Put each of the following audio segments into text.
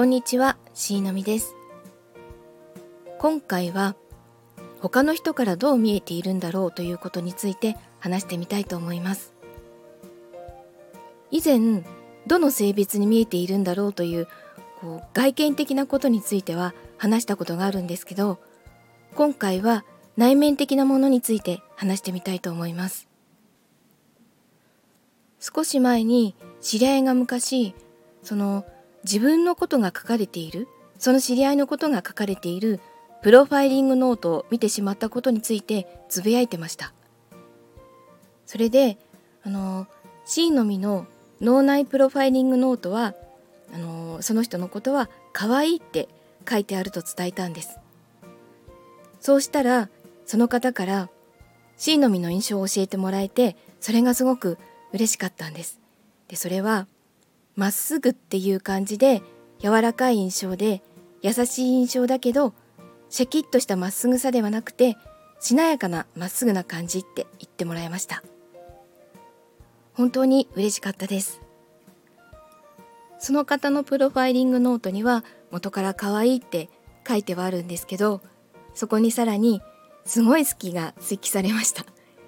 こんにちは、しーのみです。今回は他の人からどう見えているんだろうということについて話してみたいと思います。以前、どの性別に見えているんだろうという外見的なことについては話したことがあるんですけど、今回は内面的なものについて話してみたいと思います。少し前に知り合いが昔、自分のことが書かれている、その知り合いのことが書かれているプロファイリングノートを見てしまったことについてつぶやいてました。それでCのみの脳内プロファイリングノートはその人のことは可愛いって書いてあると伝えたんです。そうしたらその方から Cのみの印象を教えてもらえて、それがすごく嬉しかったんです。で、それはまっすぐっていう感じで、柔らかい印象で優しい印象だけど、シャキッとしたまっすぐさではなくてしなやかなまっすぐな感じって言ってもらいました。本当に嬉しかったです。その方のプロファイリングノートには元から可愛いって書いてはあるんですけど、そこにさらにすごい好きが追記されました。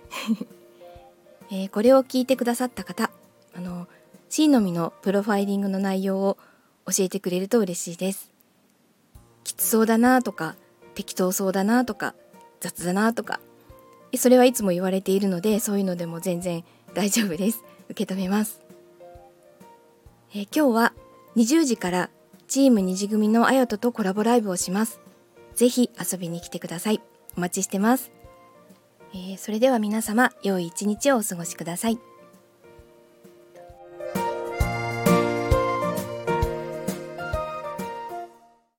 これを聞いてくださった方、Cのみのプロファイリングの内容を教えてくれると嬉しいです。きつそうだなとか、適当そうだなとか、雑だなとか、それはいつも言われているので、そういうのでも全然大丈夫です。受け止めます。今日は20時からチーム2時組のあやととコラボライブをします。ぜひ遊びに来てください。お待ちしてます。それでは皆様、良い一日をお過ごしください。